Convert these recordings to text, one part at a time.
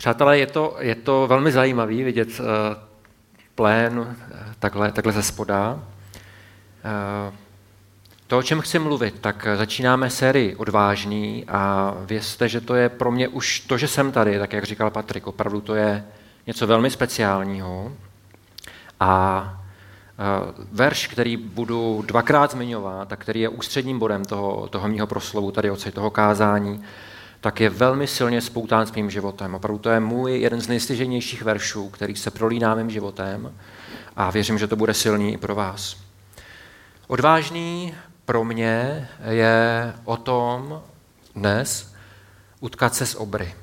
Přátelé, je to velmi zajímavé vidět plén takhle ze spoda. To, o čem chci mluvit, tak začínáme sérii Odvážný a vězte, že to je pro mě už to, že jsem tady, tak jak říkal Patrik, opravdu to je něco velmi speciálního. A verš, který budu dvakrát zmiňovat a který je ústředním bodem toho mýho proslovu, tady od toho kázání, tak je velmi silně spoután s mým životem. Opravdu to je můj jeden z nejstěžejnějších veršů, který se prolíná mým životem a věřím, že to bude silný i pro vás. Odvážný pro mě je o tom dnes utkat se s obry.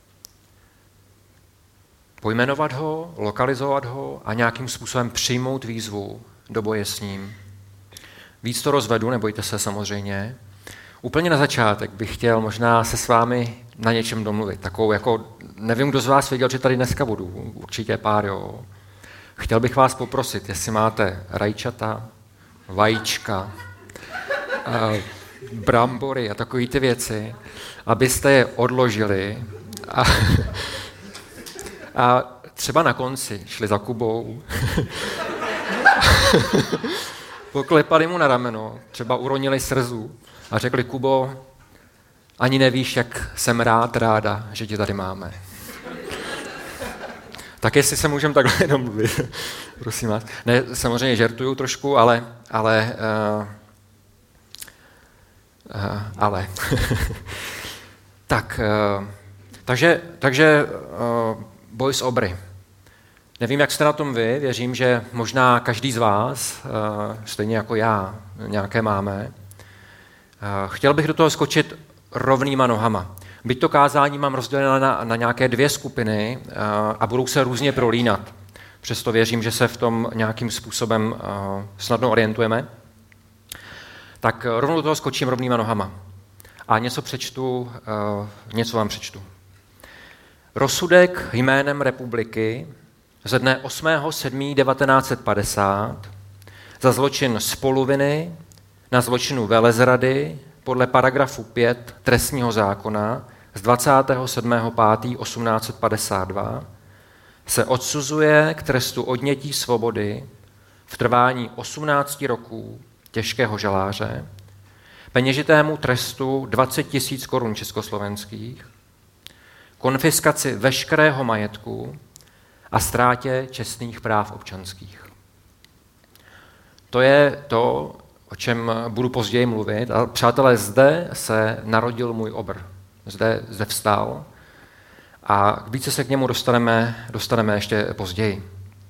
Pojmenovat ho, lokalizovat ho a nějakým způsobem přijmout výzvu do boje s ním. Víc to rozvedu, nebojte se samozřejmě. Úplně na začátek bych chtěl možná se s vámi na něčem domluvit. Takovou jako, nevím, kdo z vás věděl, že tady dneska budu, určitě pár, jo. Chtěl bych vás poprosit, jestli máte rajčata, vajíčka, brambory a takové ty věci, abyste je odložili a třeba na konci šli za Kubou, poklepali mu na rameno, třeba uronili srzu a řekli: Kubo, ani nevíš, jak jsem ráda, že tě tady máme. Tak jestli se můžeme takhle domluvit, prosím vás. Ne, samozřejmě žertuju trošku, ale. Takže boj s obry. Nevím, jak jste na tom vy, věřím, že možná každý z vás, stejně jako já, nějaké máme. Chtěl bych do toho skočit rovnýma nohama. Byť to kázání mám rozdělené na nějaké dvě skupiny a budou se různě prolínat. Přesto věřím, že se v tom nějakým způsobem snadno orientujeme. Tak rovnou do toho skočím rovnýma nohama. A něco vám přečtu. Rozsudek jménem republiky ze dne 8.7.1950 za zločin spoluviny na zločinu velezrady podle paragrafu 5 trestního zákona z 27.5.1852 se odsuzuje k trestu odnětí svobody v trvání 18 roků těžkého žaláře, peněžitému trestu 20 000 korun československých, konfiskaci veškerého majetku a ztrátě čestných práv občanských. To je to, o čem budu později mluvit. A přátelé, zde se narodil můj obr. Zde vstal. A více se k němu dostaneme ještě později.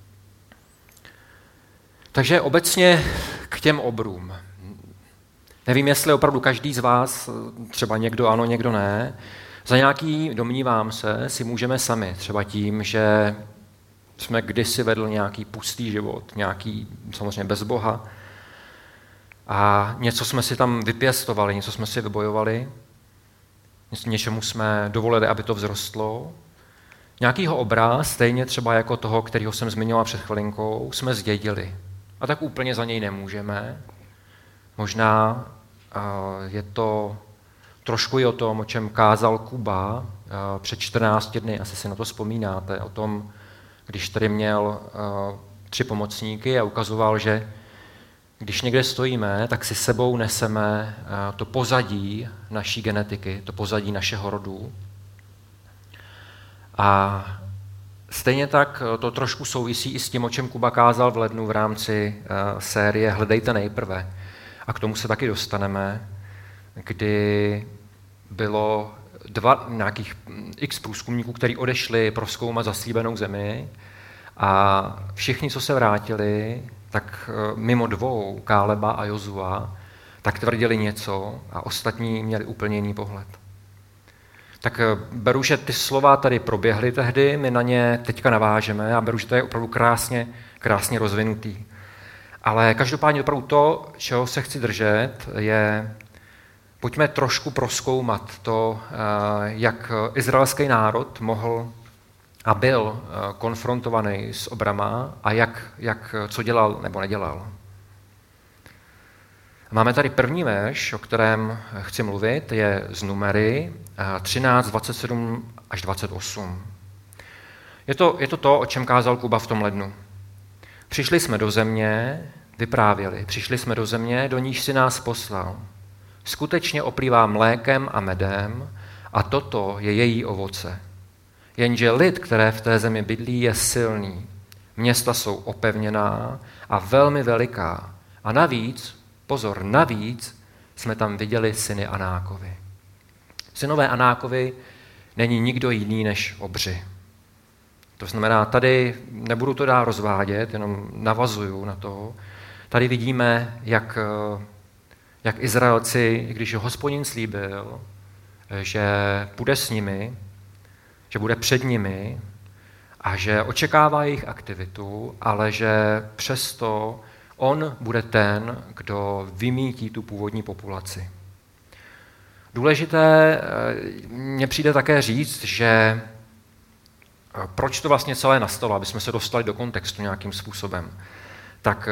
Takže obecně k těm obrům. Nevím, jestli opravdu každý z vás, třeba někdo ano, někdo ne, za nějaký, domnívám se, si můžeme sami. Třeba tím, že jsme kdysi vedl nějaký pustý život, nějaký samozřejmě bez Boha, a něco jsme si tam vypěstovali, něco jsme si vybojovali, něčemu jsme dovolili, aby to vzrostlo. Nějakýho obraz, stejně třeba jako toho, kterého jsem zmiňoval před chvilinkou, jsme zdědili. A tak úplně za něj nemůžeme. Možná je to trošku i o tom, o čem kázal Kuba před 14 dny, asi si na to vzpomínáte, o tom, když tady měl 3 pomocníky a ukazoval, že když někde stojíme, tak si sebou neseme to pozadí naší genetiky, to pozadí našeho rodu. A stejně tak to trošku souvisí i s tím, o čem Kuba kázal v lednu v rámci série Hledejte nejprve. A k tomu se taky dostaneme, kdy bylo nějakých x průzkumníků, kteří odešli prozkoumat zaslíbenou zemi a všichni, co se vrátili, tak mimo 2, Káleba a Jozua, tak tvrdili něco a ostatní měli úplně jiný pohled. Tak beru, že ty slova tady proběhly tehdy, my na ně teďka navážeme a beru, že to je opravdu krásně rozvinutý. Ale každopádně opravdu to, čeho se chci držet, je, pojďme trošku prozkoumat to, jak izraelský národ mohl a byl konfrontovaný s obrama a co dělal nebo nedělal. Máme tady první verš, o kterém chci mluvit, je z Numery 13, 27 až 28. Je to, o čem kázal Kuba v tom lednu. Přišli jsme do země, vyprávěli, přišli jsme do země, do níž si nás poslal. Skutečně oplývá mlékem a medem a toto je její ovoce. Jenže lid, které v té zemi bydlí, je silný. Města jsou opevněná a velmi veliká. A navíc, pozor, navíc jsme tam viděli syny Anákovi. Synové Anákovi není nikdo jiný než obři. To znamená, tady nebudu to dál rozvádět, jenom navazuju na to. Tady vidíme, jak Izraelci, když Hospodin slíbil, že bude s nimi, že bude před nimi a že očekává jejich aktivitu, ale že přesto on bude ten, kdo vymítí tu původní populaci. Důležité mně přijde také říct, že proč to vlastně celé nastalo, aby jsme se dostali do kontextu nějakým způsobem. Tak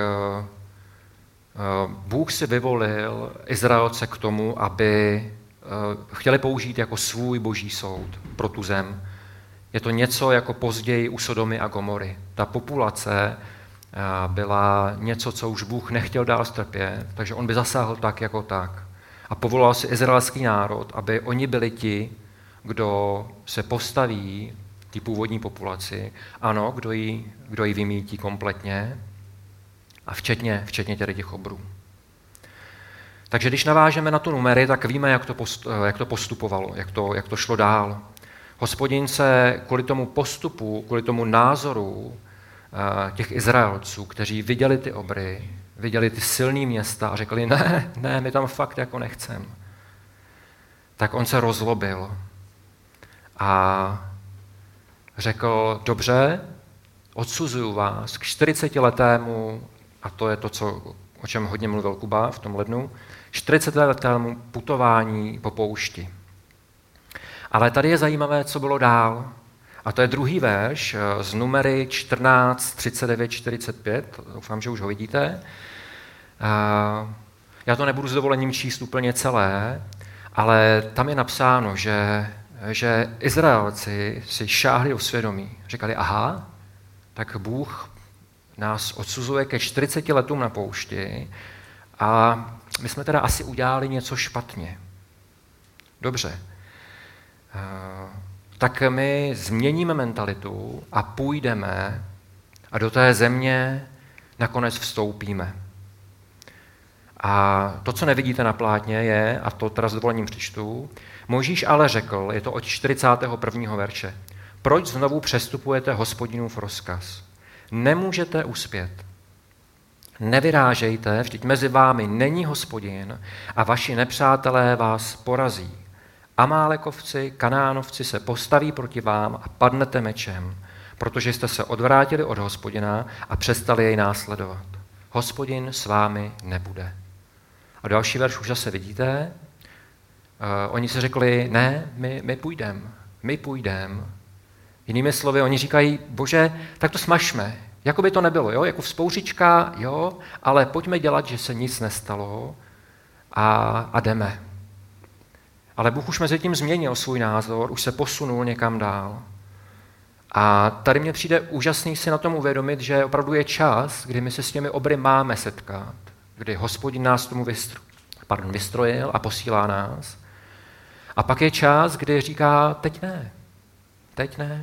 Bůh si vyvolil Izraelce k tomu, aby chtěli použít jako svůj boží soud pro tu zem. Je to něco jako později u Sodomy a Gomory. Ta populace byla něco, co už Bůh nechtěl dál strpět, takže on by zasáhl tak jako tak. A povolal si izraelský národ, aby oni byli ti, kdo se postaví té původní populaci, ano, kdo ji vymítí kompletně, a včetně těch obrů. Takže když navážeme na tu numery, tak víme, jak to postupovalo, jak to šlo dál. Hospodin se kvůli tomu postupu, kvůli tomu názoru těch Izraelců, kteří viděli ty obry, viděli ty silné města a řekli, ne, my tam fakt jako nechcem. Tak on se rozlobil a řekl, dobře, odsuzuju vás k 40letému, a to je to, o čem hodně mluvil Kuba v tom lednu, 40letému putování po poušti. Ale tady je zajímavé, co bylo dál. A to je druhý verš z Numery 14, 39, 45. Doufám, že už ho vidíte. Já to nebudu s dovolením číst úplně celé, ale tam je napsáno, že Izraelci si šáhli o svědomí. Říkali, aha, tak Bůh nás odsuzuje ke 40 letům na poušti a my jsme teda asi udělali něco špatně. Dobře. Tak my změníme mentalitu a půjdeme a do té země nakonec vstoupíme. A to, co nevidíte na plátně, je, a to teda s dovolením přečtu, Mojžíš ale řekl, je to od 41. verše, proč znovu přestupujete Hospodinův rozkaz? Nemůžete uspět. Nevyrážejte, vždyť mezi vámi není Hospodin a vaši nepřátelé vás porazí. Amálekovci, Kanánovci se postaví proti vám a padnete mečem, protože jste se odvrátili od Hospodina a přestali jej následovat. Hospodin s vámi nebude. A další verš už zase vidíte. Oni si řekli, ne, my půjdeme. Jinými slovy, oni říkají, Bože, tak to smažme. Jako by to nebylo, jo? Jako vzpouřička, jo, ale pojďme dělat, že se nic nestalo a jdeme. Ale Bůh už mezi tím změnil svůj názor, už se posunul někam dál. A tady mně přijde úžasný si na tom uvědomit, že opravdu je čas, kdy my se s těmi obry máme setkat, kdy Hospodin nás tomu vystrojil a posílá nás. A pak je čas, kdy říká, teď ne.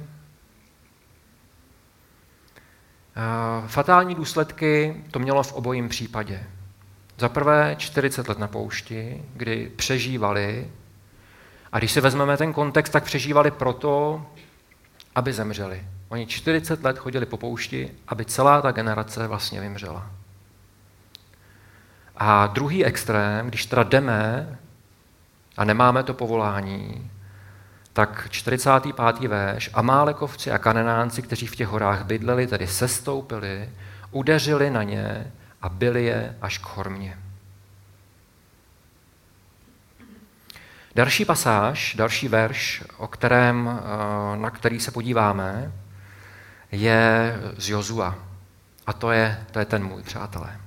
Fatální důsledky to mělo v obojím případě. Za prvé 40 let na poušti, kdy přežívali, a když si vezmeme ten kontext, tak přežívali proto, aby zemřeli. Oni 40 let chodili po poušti, aby celá ta generace vlastně vymřela. A druhý extrém, když teda jdeme a nemáme to povolání, tak 45. verš, Amálekovci a Kananánci, kteří v těch horách bydleli, tedy sestoupili, udeřili na ně a byli je až k Chormě. Další pasáž, další verš, na který se podíváme, je z Jozua. A to je ten můj, přátelé.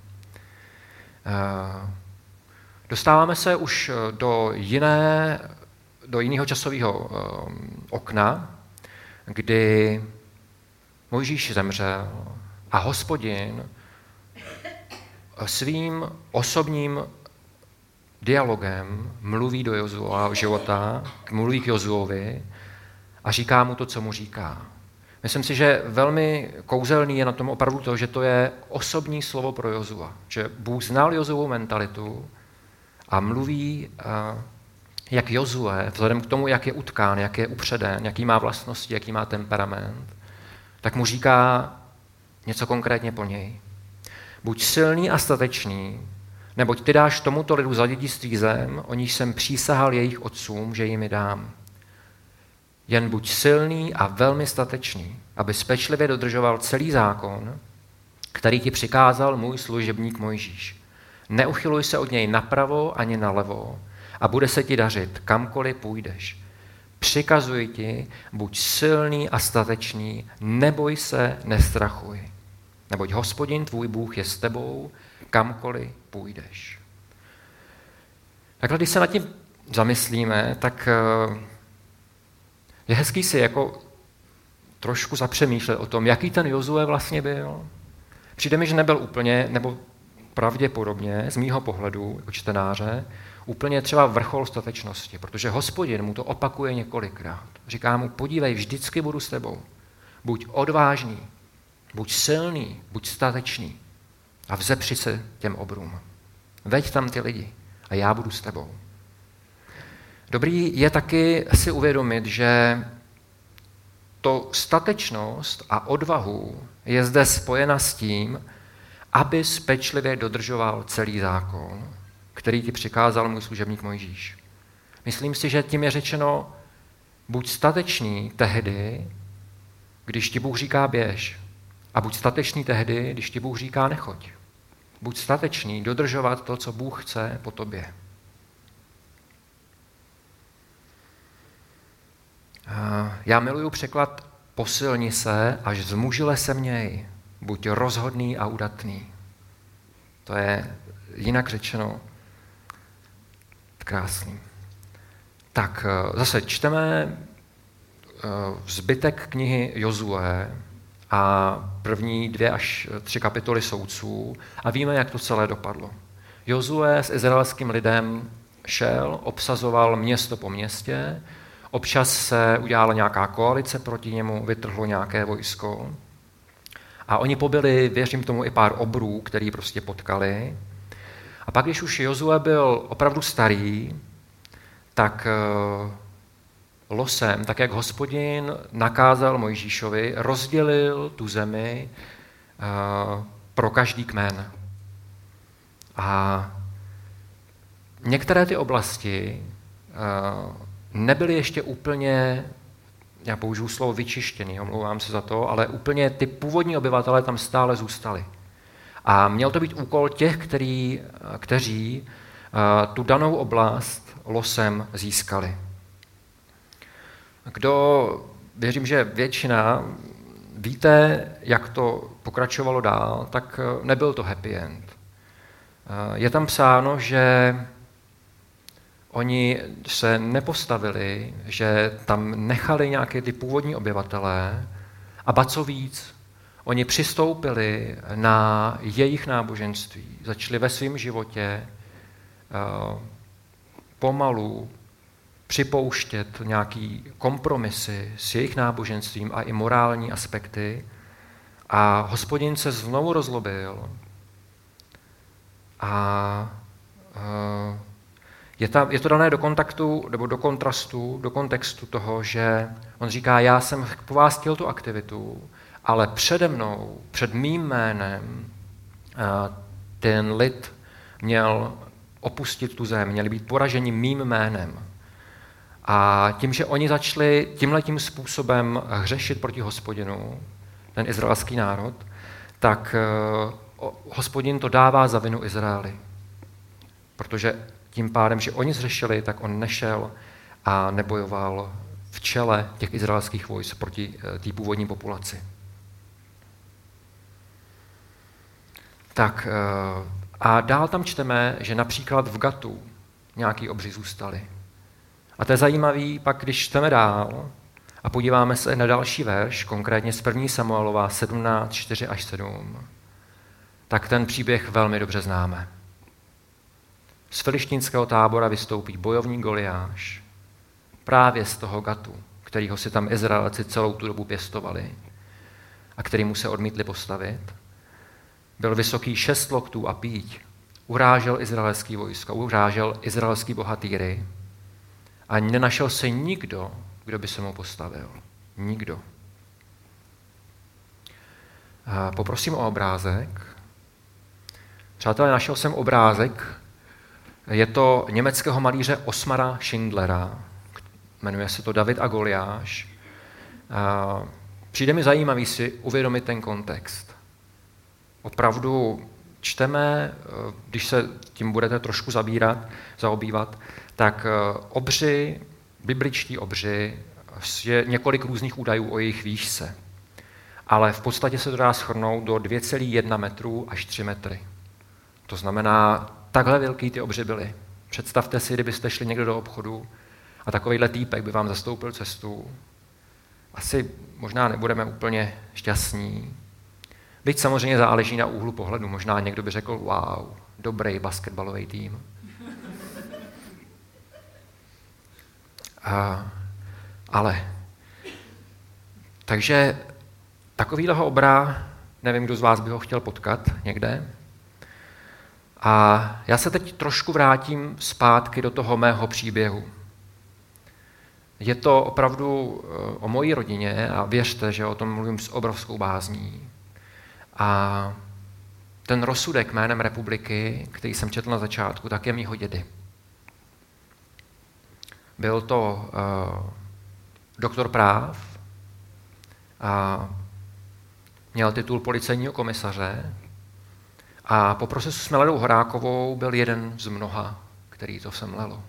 Dostáváme se už do jiného časového okna, kdy Mojžíš zemřel a Hospodin svým osobním dialogem mluví do Jozua života, mluví k Jozuovi a říká mu to, co mu říká. Myslím si, že velmi kouzelný je na tom opravdu to, že to je osobní slovo pro Jozua. Že Bůh znal Jozuovu mentalitu a mluví, jak Jozue, vzhledem k tomu, jak je utkán, jak je upředen, jaký má vlastnosti, jaký má temperament, tak mu říká něco konkrétně po něj. Buď silný a statečný, neboť ty dáš tomuto lidu za dědictví zem, o níž jsem přísahal jejich otcům, že jim ji dám. Jen buď silný a velmi statečný, aby pečlivě dodržoval celý zákon, který ti přikázal můj služebník Mojžíš. Neuchyluj se od něj napravo ani nalevo a bude se ti dařit, kamkoliv půjdeš. Přikazuji ti, buď silný a statečný, neboj se, nestrachuj. Neboť Hospodin tvůj Bůh je s tebou, kamkoliv půjdeš. Takhle, když se nad tím zamyslíme, tak je hezký si jako trošku zapřemýšlet o tom, jaký ten Jozue vlastně byl. Přijde mi, že nebyl úplně, nebo pravděpodobně z mýho pohledu, jako čtenáře, úplně třeba vrchol statečnosti, protože Hospodin mu to opakuje několikrát. Říká mu, podívej, vždycky budu s tebou. Buď odvážný, buď silný, buď statečný a vzepři se těm obrům. Veď tam ty lidi a já budu s tebou. Dobrý je taky si uvědomit, že to statečnost a odvahu je zde spojena s tím, abys pečlivě dodržoval celý zákon, který ti přikázal můj služebník Mojžíš. Myslím si, že tím je řečeno, buď statečný tehdy, když ti Bůh říká běž, a buď statečný tehdy, když ti Bůh říká nechoď. Buď statečný dodržovat to, co Bůh chce po tobě. Já miluju překlad posilni se, až zmužile se měj. Buď rozhodný a udatný. To je jinak řečeno krásný. Tak zase čteme zbytek knihy Jozue a první 2 až 3 kapitoly soudců a víme, jak to celé dopadlo. Jozue s izraelským lidem šel, obsazoval město po městě, občas se udělala nějaká koalice proti němu, vytrhlo nějaké vojsko a oni pobili, věřím tomu, i pár obrů, který prostě potkali. A pak, když už Jozue byl opravdu starý, tak losem, tak jak Hospodin nakázal Mojžíšovi, rozdělil tu zemi pro každý kmen. A některé ty oblasti nebyly ještě úplně, já použiju slovo vyčištěný, omlouvám se za to, ale úplně ty původní obyvatelé tam stále zůstali. A měl to být úkol těch, kteří tu danou oblast losem získali. Věřím, že většina víte, jak to pokračovalo dál, tak nebyl to happy end. Je tam psáno, že oni se nepostavili, že tam nechali nějaké ty původní obyvatelé a ba co víc, oni přistoupili na jejich náboženství, začali ve svém životě pomalu připouštět nějaký kompromisy s jejich náboženstvím a i morální aspekty a Hospodin se znovu rozlobil a je to dané do kontaktu, nebo do kontrastu, do kontextu toho, že on říká, já jsem po vás chtěl tu aktivitu, ale přede mnou, před mým jménem, ten lid měl opustit tu zem, měli být poraženi mým jménem. A tím, že oni začali tímhletím způsobem hřešit proti Hospodinu, ten izraelský národ, tak Hospodin to dává za vinu Izraeli. Protože tím pádem, že oni zřešili, tak on nešel a nebojoval v čele těch izraelských vojsk proti té původní populaci. Tak a dál tam čteme, že například v Gatu nějaký obři zůstali. A to je zajímavý, pak když čteme dál, a podíváme se na další verš, konkrétně z 1. Samuelova 17, 4 až 7, tak ten příběh velmi dobře známe. Z filištínského tábora vystoupí bojovník Goliáš, právě z toho Gatu, kterýho si tam Izraelci celou tu dobu pěstovali a kterýmu se odmítli postavit. Byl vysoký 6 loktů a píď, urážel izraelský vojsko, urážel izraelský bohatýry a nenašel se nikdo, kdo by se mu postavil. Nikdo. A poprosím o obrázek. Přátelé, našel jsem obrázek. Je to německého malíře Osmara Schindlera. Jmenuje se to David a Goliáš. Přijde mi zajímavý si uvědomit ten kontext. Opravdu čteme, když se tím budete trošku zaobývat, tak obři, bibličtí obři, je několik různých údajů o jejich výšce. Ale v podstatě se to dá shrnout do 2,1 metru až 3 metry. To znamená, takhle velký ty obři byly. Představte si, kdybyste šli někdo do obchodu a takovejhle týpek by vám zastoupil cestu. Asi možná nebudeme úplně šťastní. Byť samozřejmě záleží na úhlu pohledu. Možná někdo by řekl, wow, dobrý basketbalový tým. Takže takovýhleho obra, nevím, kdo z vás by ho chtěl potkat někde. A já se teď trošku vrátím zpátky do toho mého příběhu. Je to opravdu o mojí rodině a věřte, že o tom mluvím s obrovskou bázní. A ten rozsudek jménem republiky, který jsem četl na začátku, tak je mýho dědy. Byl to doktor práv a měl titul policejního komisaře a po procesu s Miladou Horákovou byl jeden z mnoha, který to semlelo.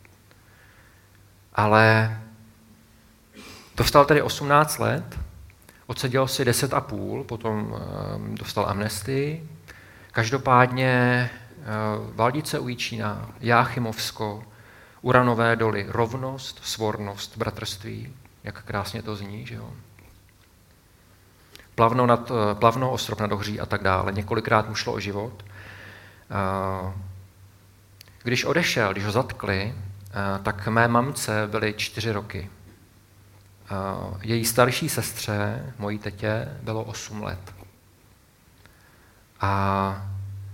Ale dostal tedy 18 let, odseděl si 10,5, potom dostal amnestii. Každopádně Valdice u Jičína, Jáchymovsko, Uranové doly, rovnost, svornost, bratrství, jak krásně to zní, že jo? Plavno, Ostrov nad Ohří a tak dále. Několikrát mu šlo o život. Když odešel, když ho zatkli, tak mé mamce byly 4 roky. Její starší sestře, mojí tetě, bylo 8 let. A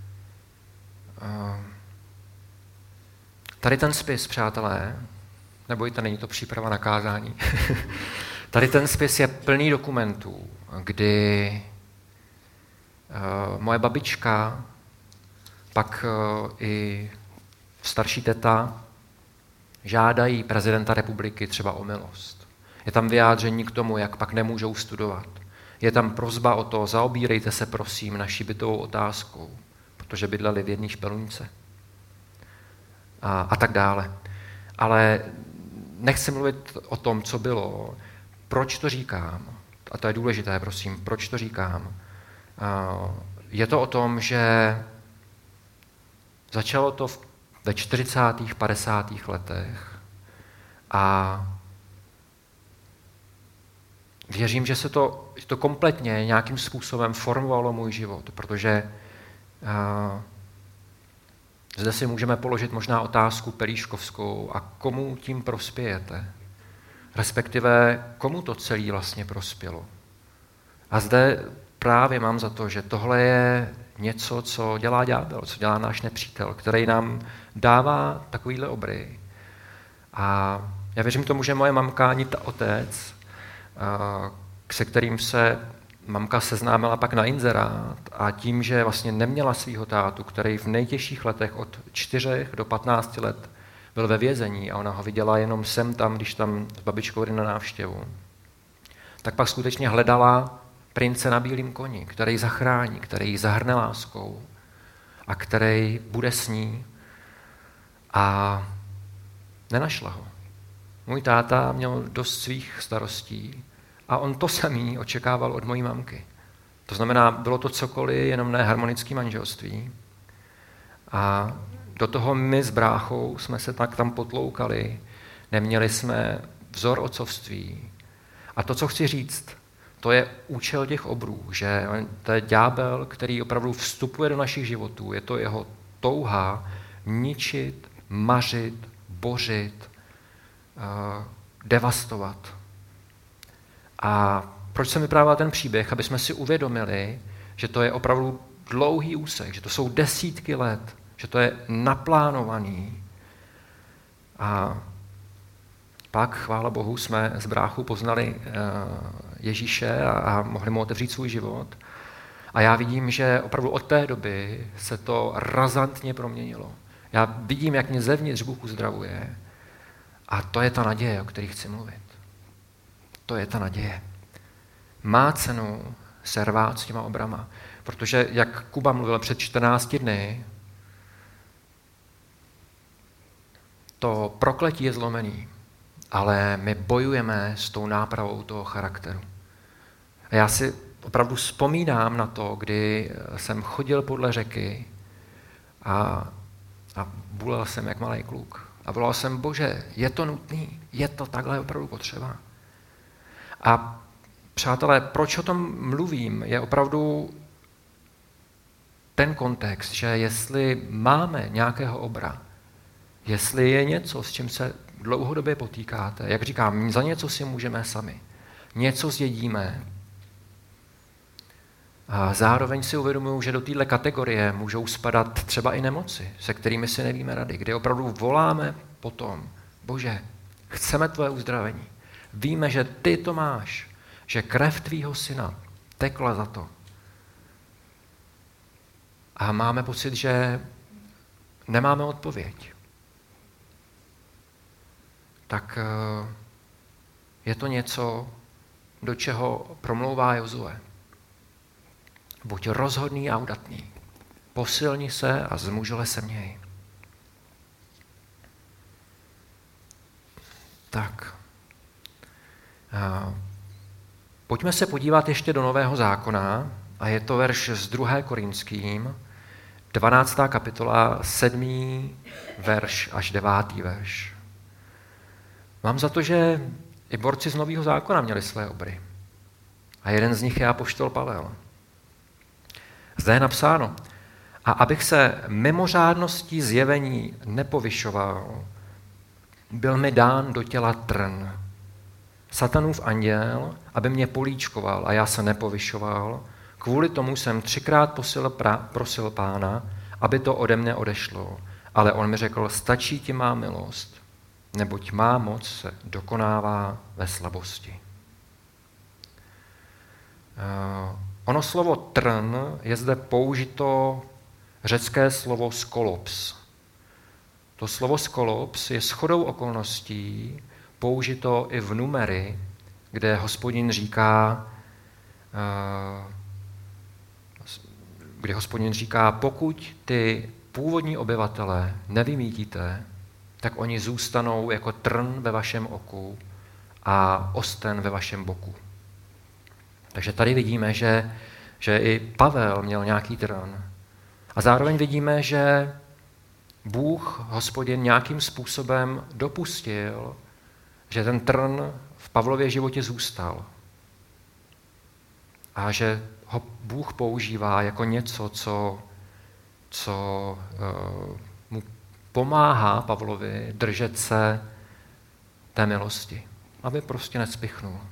tady ten spis, přátelé, nebojte, není to příprava na kázání, tady ten spis je plný dokumentů, kdy moje babička, pak i starší teta žádají prezidenta republiky třeba o milost. Je tam vyjádření k tomu, jak pak nemůžou studovat. Je tam prosba o to, zaobírejte se prosím naší bytovou otázkou, protože bydleli v jedné špelunce. A tak dále. Ale nechci mluvit o tom, co bylo. Proč to říkám? A to je důležité, prosím. Proč to říkám? Je to o tom, že začalo to ve 40. 50. letech a věřím, že se to kompletně nějakým způsobem formovalo můj život, protože zde si můžeme položit možná otázku pelíškovskou a komu tím prospějete, respektive komu to celé vlastně prospělo. A zde právě mám za to, že tohle je něco, co dělá ďábel, co dělá náš nepřítel, který nám dává takovýhle obry. A já věřím tomu, že moje mamka ani otec, se kterým se mamka seznámila pak na inzerát a tím, že vlastně neměla svýho tátu, který v nejtěžších letech od 4 do 15 let byl ve vězení a ona ho viděla jenom sem tam, když tam s babičkou jde na návštěvu, tak pak skutečně hledala prince na bílém koni, který ji zachrání, který ji zahrne láskou a který bude s ní. A nenašla ho. Můj táta měl dost svých starostí a on to samý očekával od mojí mamky. To znamená, bylo to cokoliv, jenom ne harmonické manželství. A do toho my s bráchou jsme se tak tam potloukali, neměli jsme vzor otcovství A to, co chci říct, to je účel těch obrů, že to je ďábel, který opravdu vstupuje do našich životů. Je to jeho touha ničit, mařit, bořit, devastovat. A proč jsem vyprávěl ten příběh? Aby jsme si uvědomili, že to je opravdu dlouhý úsek, že to jsou desítky let, že to je naplánovaný. A pak, chvála Bohu, jsme s bráchou poznali Ježíše a mohli mu otevřít svůj život. A já vidím, že opravdu od té doby se to razantně proměnilo. Já vidím, jak mě zevnitř Bůh uzdravuje. A to je ta naděje, o které chci mluvit. To je ta naděje. Má cenu se rvát s těma obrama. Protože, jak Kuba mluvil před 14 dny, to prokletí je zlomený, ale my bojujeme s tou nápravou toho charakteru. A já si opravdu vzpomínám na to, kdy jsem chodil podle řeky a bulel jsem jak malý kluk. A volal jsem, Bože, je to nutný, je to takhle opravdu potřeba. A přátelé, proč o tom mluvím, je opravdu ten kontext, že jestli máme nějakého obra, jestli je něco, s čím se dlouhodobě potýkáte, jak říkám, za něco si můžeme sami, něco zdědíme. A zároveň si uvědomuji, že do téhle kategorie můžou spadat třeba i nemoci, se kterými si nevíme rady, kde opravdu voláme potom, Bože, chceme tvoje uzdravení. Víme, že ty to máš, že krev tvýho syna tekla za to. A máme pocit, že nemáme odpověď. Tak je to něco, do čeho promlouvá Jozue. Buď rozhodný a udatný. Posilni se a zmužile se měj. Tak. Pojďme se podívat ještě do Nového zákona a je to verš z 2. Korinským, 12. kapitola, 7. verš až 9. verš. Mám za to, že i borci z Nového zákona měli své obry. A jeden z nich je apoštol Pavel. Zde je napsáno, a abych se mimořádností zjevení nepovyšoval, byl mi dán do těla trn. Satanův anděl, aby mě políčkoval a já se nepovyšoval, kvůli tomu jsem 3krát prosil Pána, aby to ode mne odešlo. Ale on mi řekl, stačí ti má milost, neboť má moc se dokonává ve slabosti. Ono slovo trn je zde použito řecké slovo skolops. To slovo skolops je shodou okolností použito i v Numery, kde Hospodin říká, pokud ty původní obyvatele nevymítíte, tak oni zůstanou jako trn ve vašem oku a osten ve vašem boku. Takže tady vidíme, že i Pavel měl nějaký trn. A zároveň vidíme, že Bůh, Hospodin, nějakým způsobem dopustil, že ten trn v Pavlově životě zůstal. A že ho Bůh používá jako něco, co mu pomáhá Pavlovi držet se té milosti, aby prostě necpichnul.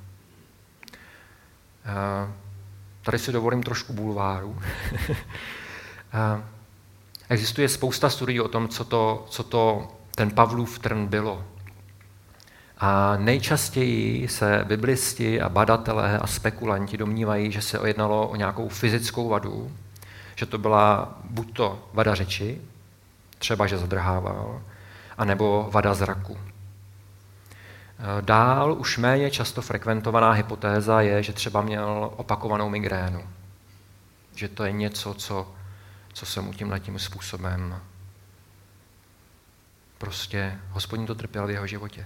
Tady si dovolím trošku bulváru. Existuje spousta studií o tom, co to ten Pavlův trn bylo. A nejčastěji se biblisti a badatelé a spekulanti domnívají, že se jednalo o nějakou fyzickou vadu, že to byla buď to vada řeči, třeba že zadrhával, anebo vada zraku. Dál už méně často frekventovaná hypotéza je, že třeba měl opakovanou migrénu. Že to je něco, co se mu tímhletím způsobem prostě Hospodin to trpěl v jeho životě.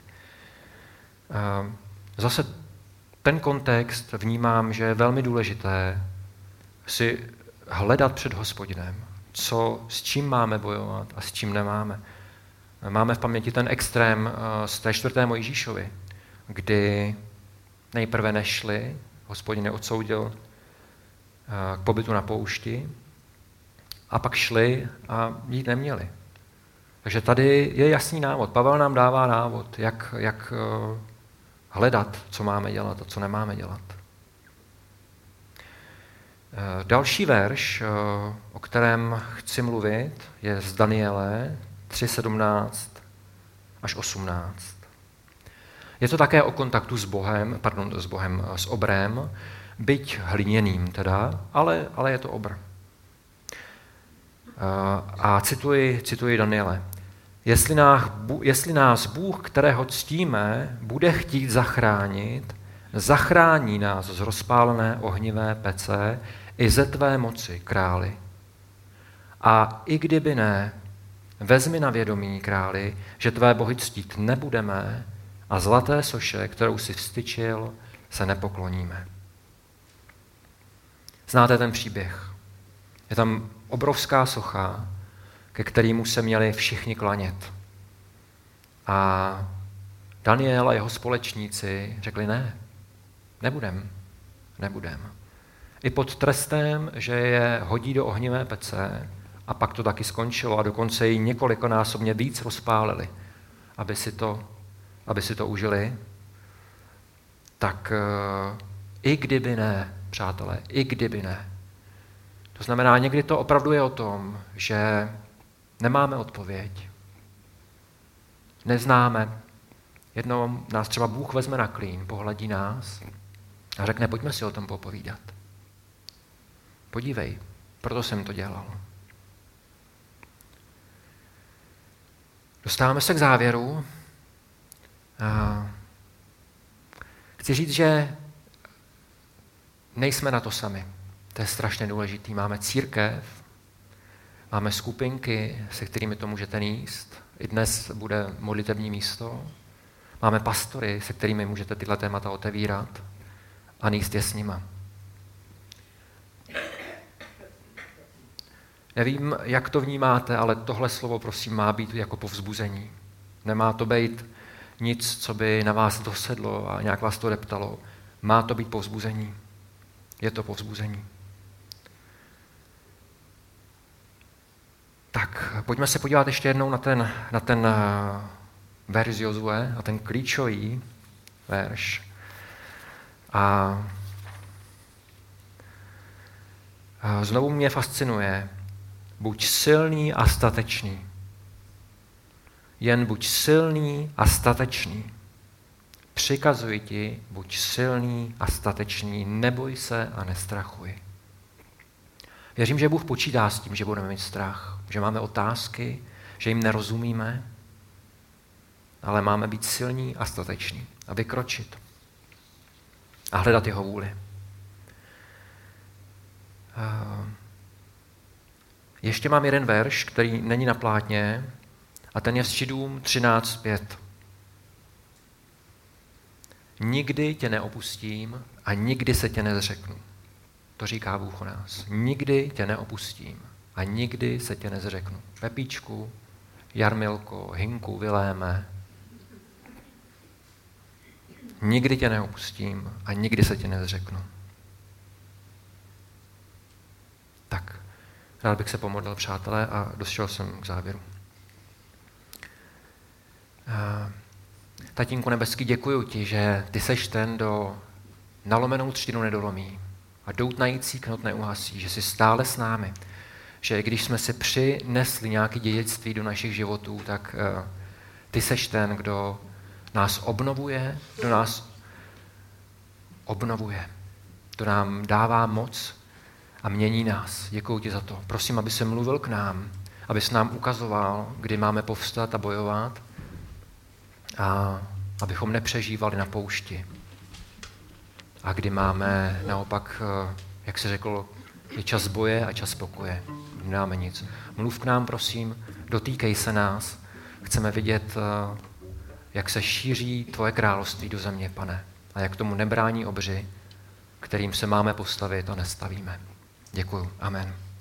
Zase ten kontext vnímám, že je velmi důležité si hledat před Hospodinem, s čím máme bojovat a s čím nemáme. Máme v paměti ten extrém z té 4. Mojžíšovi, kdy Nejprve nešli, Hospodin je odsoudil k pobytu na poušti, a pak šli a jít neměli. Takže tady je jasný návod. Pavel nám dává návod, jak hledat, co máme dělat a co nemáme dělat. Další verš, o kterém chci mluvit, je z Daniele 3:17 až 18. Je to také o kontaktu s obrem, byť hliněným teda, ale je to obr. A cituji Daniele. Jestli nás Bůh, kterého ctíme, bude chtít zachránit, zachrání nás z rozpálené ohnivé pece i ze tvé moci, králi. A i kdyby ne, vezmi na vědomí, králi, že tvé bohy ctít nebudeme a zlaté soše, kterou si vztyčil, se nepokloníme. Znáte ten příběh. Je tam obrovská socha, ke kterému se měli všichni klanět. A Daniel a jeho společníci řekli ne, nebudem. I pod trestem, že je hodí do ohnivé pece, a pak to taky skončilo a dokonce ji několikonásobně víc rozpálili, aby si to užili, tak i kdyby ne, přátelé, i kdyby ne. To znamená, někdy to opravdu je o tom, že nemáme odpověď, neznáme. Jednou nás třeba Bůh vezme na klín, pohladí nás a řekne, pojďme si o tom popovídat. Podívej, proto jsem to dělal. Dostáváme se k závěru. Chci říct, že nejsme na to sami. To je strašně důležitý. Máme církev, máme skupinky, se kterými to můžete nést. I dnes bude modlitevní místo. Máme pastory, se kterými můžete tyhle témata otevírat a nést je s nima. Nevím, jak to vnímáte, ale tohle slovo, prosím, má být jako povzbuzení. Nemá to být nic, co by na vás dosedlo a nějak vás to deptalo. Má to být povzbuzení. Je to povzbuzení. Tak, pojďme se podívat ještě jednou na ten verš Jozue, na ten klíčový verš. A znovu mě fascinuje, buď silný a statečný. Jen buď silný a statečný. Přikazuji ti, buď silný a statečný, neboj se a nestrachuj. Věřím, že Bůh počítá s tím, že budeme mít strach, že máme otázky, že jim nerozumíme, ale máme být silní a stateční a vykročit a hledat jeho vůli. Ještě mám jeden verš, který není na plátně, a ten je z Židům 13:5. Nikdy tě neopustím a nikdy se tě nezřeknu. To říká Bůh o nás. Nikdy tě neopustím a nikdy se tě nezřeknu. Pepíčku, Jarmilko, Hinku, Viléme. Nikdy tě neopustím a nikdy se tě nezřeknu. Tak, rád bych se pomodlil, přátelé, a došel jsem k závěru. Tatínku nebeský, děkuju ti, že ty seš ten, kdo nalomenou třtinu nedolomí a doutnající knot neuhasí, že jsi stále s námi, že když jsme si přinesli nějaké dědictví do našich životů, tak ty seš ten, kdo nás obnovuje, kdo nám dává moc a mění nás. Děkuju ti za to. Prosím, aby se mluvil k nám, abys nám ukazoval, kdy máme povstat a bojovat, a abychom nepřežívali na poušti. A kdy máme naopak, jak se řekl, je čas boje a čas pokoje. Nemáme nic. Mluv k nám, prosím, dotýkej se nás. Chceme vidět, jak se šíří tvoje království do země, Pane. A jak tomu nebrání obři, kterým se máme postavit a nestavíme. Děkuju. Amen.